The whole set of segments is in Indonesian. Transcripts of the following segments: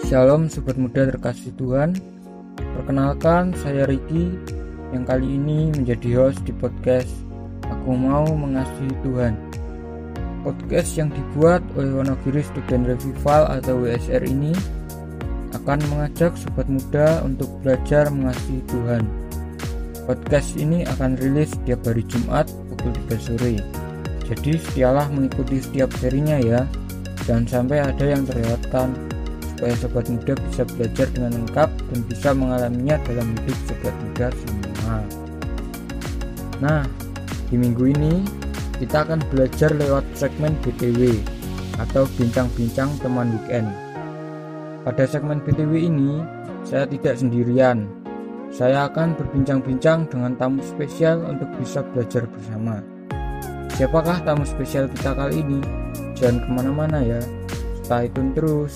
Shalom Sobat Muda terkasih Tuhan. Perkenalkan, saya Ricky yang kali ini menjadi host di podcast Aku Mau Mengasihi Tuhan. Podcast yang dibuat oleh Wonogiri Student Revival atau WSR ini akan mengajak Sobat Muda untuk belajar mengasihi Tuhan. Podcast ini akan rilis setiap hari Jumat pukul 3 sore. Jadi setialah mengikuti setiap serinya ya. Jangan sampai ada yang terlewatkan, supaya Sobat Muda bisa belajar dengan lengkap dan bisa mengalaminya dalam hidup Sobat Muda semua. Nah, di minggu ini kita akan belajar lewat segmen BTW atau bincang-bincang teman weekend. Pada segmen BTW ini, saya tidak sendirian. Saya akan berbincang-bincang dengan tamu spesial untuk bisa belajar bersama. Siapakah tamu spesial kita kali ini? Jangan kemana-mana ya, stay tune terus.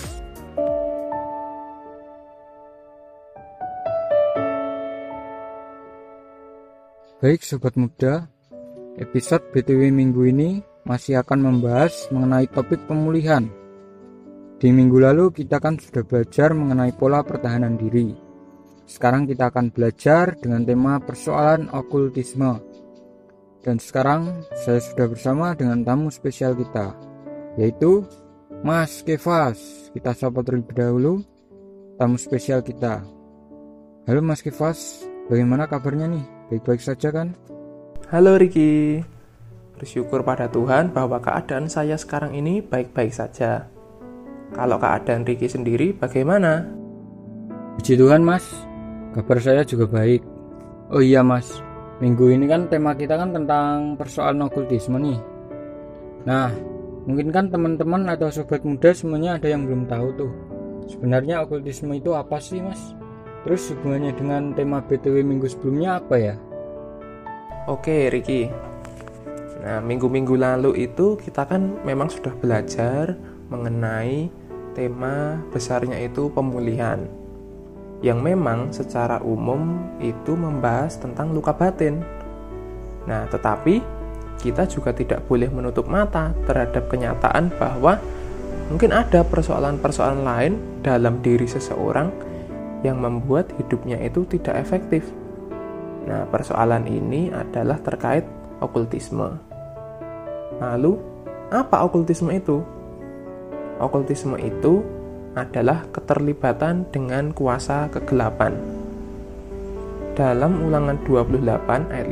Baik Sobat Muda, episode BTW minggu ini masih akan membahas mengenai topik pemulihan. Di minggu lalu kita kan sudah belajar mengenai pola pertahanan diri. Sekarang kita akan belajar dengan tema persoalan okultisme. Dan sekarang saya sudah bersama dengan tamu spesial kita, yaitu Mas Kefas. Kita sapa terlebih dahulu tamu spesial kita. Halo Mas Kefas, bagaimana kabarnya nih? Baik-baik saja kan? Halo Ricky, bersyukur pada Tuhan bahwa keadaan saya sekarang ini baik-baik saja. Kalau keadaan Ricky sendiri bagaimana? Puji Tuhan Mas, kabar saya juga baik. Oh iya Mas, minggu ini kan tema kita kan tentang persoalan okultisme nih. Nah, mungkin kan teman-teman atau Sobat Muda semuanya ada yang belum tahu tuh, sebenarnya okultisme itu apa sih Mas? Terus hubungannya dengan tema BTW minggu sebelumnya apa ya? Oke Ricky, nah minggu-minggu lalu itu kita kan memang sudah belajar mengenai tema besarnya itu pemulihan, yang memang secara umum itu membahas tentang luka batin. Nah tetapi kita juga tidak boleh menutup mata terhadap kenyataan bahwa mungkin ada persoalan-persoalan lain dalam diri seseorang yang membuat hidupnya itu tidak efektif. Nah, persoalan ini adalah terkait okultisme. Lalu, apa okultisme itu? Okultisme itu adalah keterlibatan dengan kuasa kegelapan. Dalam Ulangan 28 ayat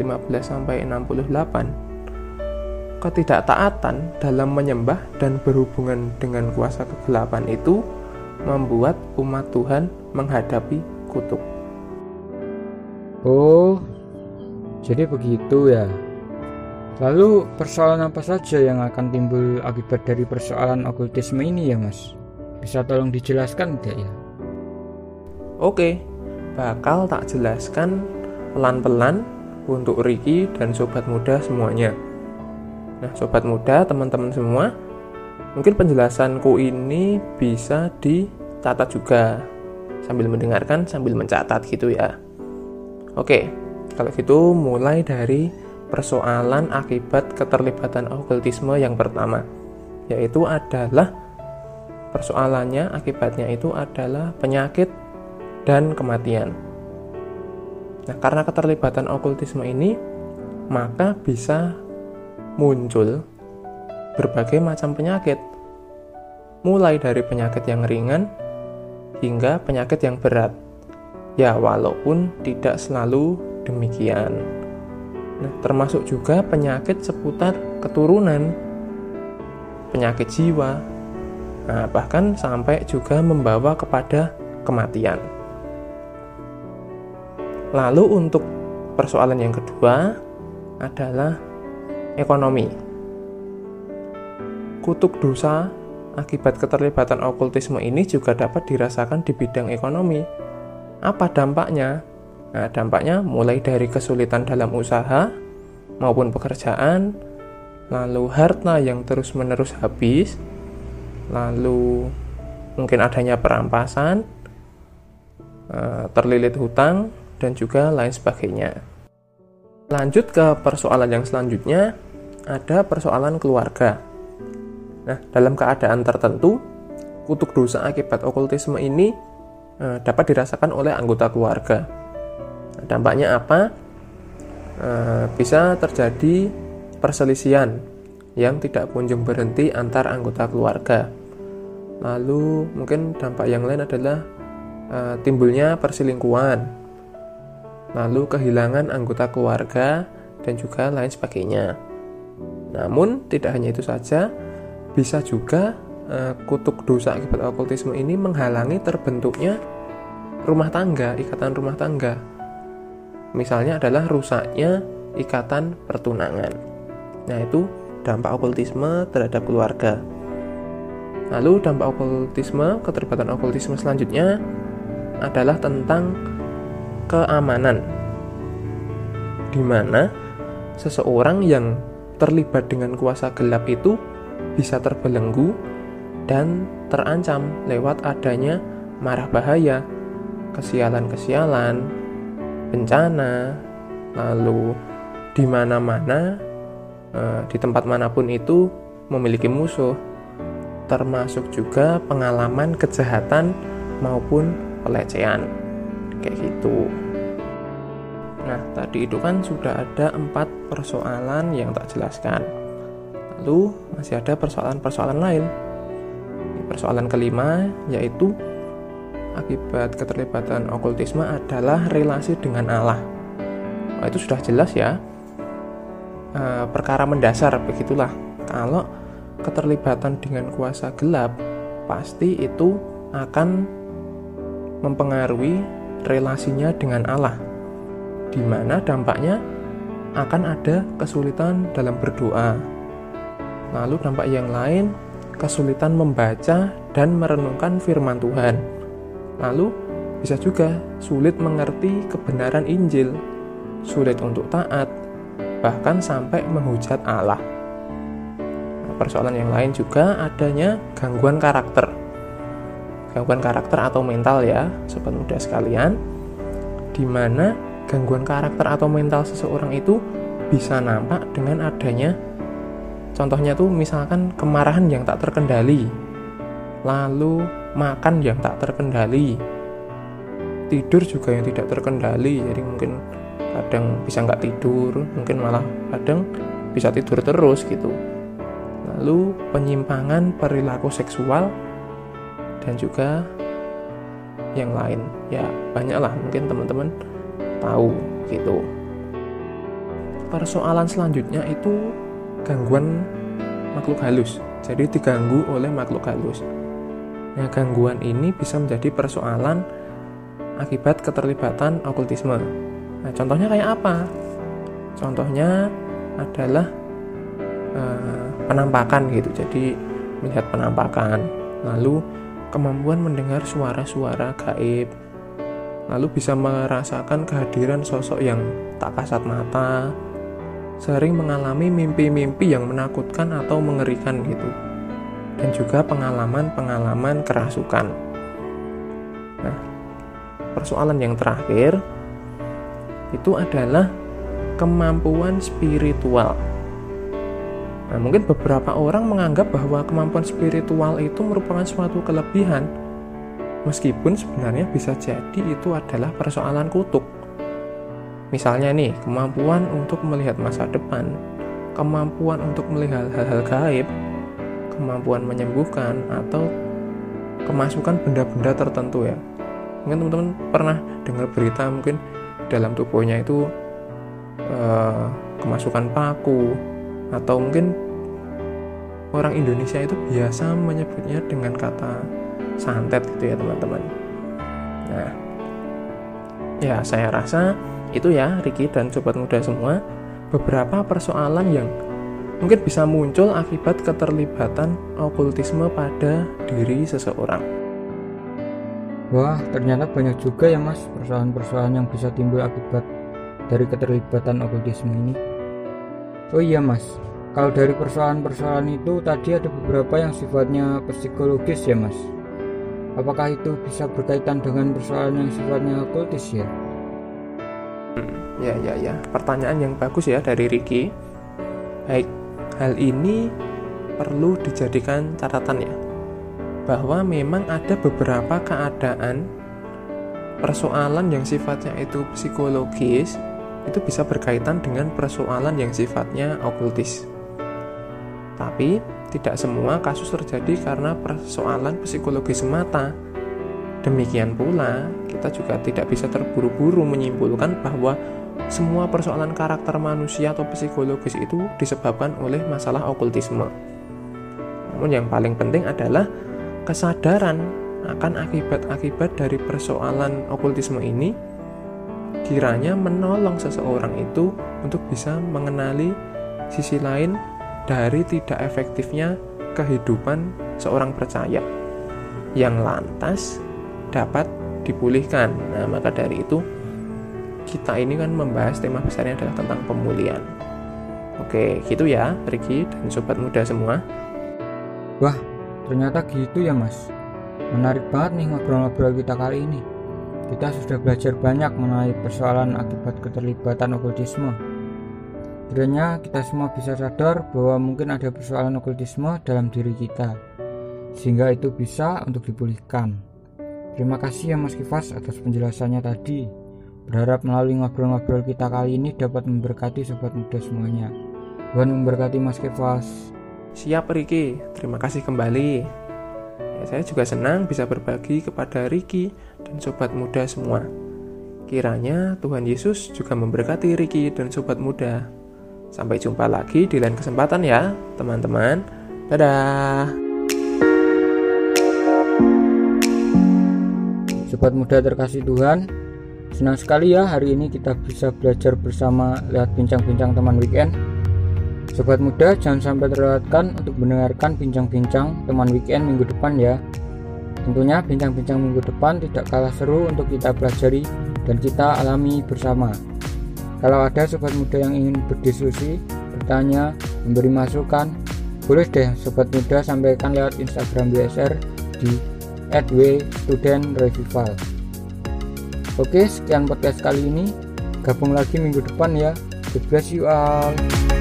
15-68, ketidaktaatan dalam menyembah dan berhubungan dengan kuasa kegelapan itu membuat umat Tuhan menghadapi kutuk. Oh, jadi begitu ya. Lalu persoalan apa saja yang akan timbul akibat dari persoalan okultisme ini ya Mas? Bisa tolong dijelaskan tidak ya? Oke, bakal tak jelaskan pelan-pelan untuk Ricky dan Sobat Muda semuanya. Nah Sobat Muda, teman-teman semua, mungkin penjelasanku ini bisa dicatat juga sambil mendengarkan, sambil mencatat gitu ya. Oke, kalau gitu mulai dari persoalan akibat keterlibatan okultisme yang pertama, yaitu adalah persoalannya akibatnya itu adalah penyakit dan kematian. Nah, karena keterlibatan okultisme ini, maka bisa muncul berbagai macam penyakit, mulai dari penyakit yang ringan hingga penyakit yang berat. Ya, walaupun tidak selalu demikian. Nah, termasuk juga penyakit seputar keturunan, penyakit jiwa, nah, bahkan sampai juga membawa kepada kematian. Lalu untuk persoalan yang kedua adalah ekonomi. Kutuk dosa akibat keterlibatan okultisme ini juga dapat dirasakan di bidang ekonomi. Apa dampaknya? Nah, dampaknya mulai dari kesulitan dalam usaha maupun pekerjaan, lalu harta yang terus-menerus habis, lalu mungkin adanya perampasan, terlilit hutang, dan juga lain sebagainya. Lanjut ke persoalan yang selanjutnya, ada persoalan keluarga. Nah, dalam keadaan tertentu, kutuk dosa akibat okultisme ini dapat dirasakan oleh anggota keluarga. Dampaknya apa? Bisa terjadi perselisihan yang tidak kunjung berhenti antar anggota keluarga. Lalu mungkin dampak yang lain adalah timbulnya perselingkuhan, lalu kehilangan anggota keluarga, dan juga lain sebagainya. Namun tidak hanya itu saja, bisa juga kutuk dosa akibat okultisme ini menghalangi terbentuknya rumah tangga, ikatan rumah tangga. Misalnya adalah rusaknya ikatan pertunangan. Nah, itu dampak okultisme terhadap keluarga. Lalu dampak okultisme, keterlibatan okultisme selanjutnya adalah tentang keamanan, di mana seseorang yang terlibat dengan kuasa gelap itu bisa terbelenggu dan terancam lewat adanya marah bahaya, kesialan-kesialan, bencana, lalu di mana-mana, di tempat manapun itu memiliki musuh, termasuk juga pengalaman kejahatan maupun pelecehan, kayak gitu. Nah, tadi itu kan sudah ada 4 persoalan yang tak jelaskan. Lalu masih ada persoalan-persoalan lain. Persoalan kelima yaitu akibat keterlibatan okultisme adalah relasi dengan Allah. Nah, itu sudah jelas ya. Perkara mendasar begitulah. Kalau keterlibatan dengan kuasa gelap, pasti itu akan mempengaruhi relasinya dengan Allah, di mana dampaknya akan ada kesulitan dalam berdoa. Lalu dampak yang lain, kesulitan membaca dan merenungkan firman Tuhan. Lalu bisa juga sulit mengerti kebenaran Injil, sulit untuk taat, bahkan sampai menghujat Allah. Nah, persoalan yang lain juga adanya gangguan karakter. Gangguan karakter atau mental ya, sobat muda sekalian, di mana gangguan karakter atau mental seseorang itu bisa nampak dengan adanya, contohnya tuh misalkan kemarahan yang tak terkendali, lalu makan yang tak terkendali, tidur juga yang tidak terkendali, jadi mungkin kadang bisa nggak tidur, mungkin malah kadang bisa tidur terus gitu. Lalu penyimpangan perilaku seksual dan juga yang lain, ya banyaklah mungkin teman-teman tahu gitu. Persoalan selanjutnya itu gangguan makhluk halus, jadi diganggu oleh makhluk halus. Nah, gangguan ini bisa menjadi persoalan akibat keterlibatan okultisme. Nah, contohnya kayak apa? Contohnya adalah penampakan gitu, jadi melihat penampakan, lalu kemampuan mendengar suara-suara gaib, lalu bisa merasakan kehadiran sosok yang tak kasat mata, sering mengalami mimpi-mimpi yang menakutkan atau mengerikan gitu, dan juga pengalaman-pengalaman kerasukan. Nah, persoalan yang terakhir itu adalah kemampuan spiritual. Nah, mungkin beberapa orang menganggap bahwa kemampuan spiritual itu merupakan suatu kelebihan, meskipun sebenarnya bisa jadi itu adalah persoalan kutuk. Misalnya nih, kemampuan untuk melihat masa depan, kemampuan untuk melihat hal-hal gaib, kemampuan menyembuhkan, atau kemasukan benda-benda tertentu ya. Mungkin teman-teman pernah dengar berita mungkin dalam tubuhnya itu kemasukan paku, atau mungkin orang Indonesia itu biasa menyebutnya dengan kata santet gitu ya teman-teman. Nah, ya saya rasa itu ya Ricky dan sobat muda semua, beberapa persoalan yang mungkin bisa muncul akibat keterlibatan okultisme pada diri seseorang. Wah, ternyata banyak juga ya mas persoalan-persoalan yang bisa timbul akibat dari keterlibatan okultisme ini. Oh iya mas, kalau dari persoalan-persoalan itu tadi ada beberapa yang sifatnya psikologis ya mas. Apakah itu bisa berkaitan dengan persoalan yang sifatnya okultis ya? Ya. Pertanyaan yang bagus ya dari Ricky. Baik, hal ini perlu dijadikan catatan ya. bahwa memang ada beberapa keadaan persoalan yang sifatnya itu psikologis itu bisa berkaitan dengan persoalan yang sifatnya okultis. Tapi tidak semua kasus terjadi karena persoalan psikologis semata. Demikian pula, kita juga tidak bisa terburu-buru menyimpulkan bahwa semua persoalan karakter manusia atau psikologis itu disebabkan oleh masalah okultisme. Namun yang paling penting adalah kesadaran akan akibat-akibat dari persoalan okultisme ini kiranya menolong seseorang itu untuk bisa mengenali sisi lain dari tidak efektifnya kehidupan seorang percaya yang lantas dapat dipulihkan. Nah, maka dari itu kita ini kan membahas tema besarnya adalah tentang pemulihan. Oke, gitu ya Ricky dan sobat muda semua. Wah, ternyata gitu ya Mas. Menarik banget nih ngobrol-ngobrol kita kali ini. Kita sudah belajar banyak mengenai persoalan akibat keterlibatan okultisme. Kiranya kita semua bisa sadar bahwa mungkin ada persoalan okultisme dalam diri kita, sehingga itu bisa untuk dipulihkan. Terima kasih ya Mas Kifas atas penjelasannya tadi. Berharap melalui ngobrol-ngobrol kita kali ini dapat memberkati sobat muda semuanya. Tuhan memberkati Mas Kifas. Siap Ricky, terima kasih kembali. Saya juga senang bisa berbagi kepada Ricky dan sobat muda semua. Kiranya Tuhan Yesus juga memberkati Ricky dan sobat muda. Sampai jumpa lagi di lain kesempatan ya teman-teman. Dadah. Sobat muda terkasih Tuhan, senang sekali ya hari ini kita bisa belajar bersama lewat bincang-bincang teman weekend. Sobat muda, jangan sampai terlewatkan untuk mendengarkan bincang-bincang teman weekend minggu depan ya. Tentunya bincang-bincang minggu depan tidak kalah seru untuk kita pelajari dan kita alami bersama. Kalau ada sobat muda yang ingin berdiskusi, bertanya, memberi masukan, boleh deh sobat muda sampaikan lewat Instagram WSR di @wstudentrevival. Oke, sekian podcast kali ini. Gabung lagi minggu depan ya. God bless you all.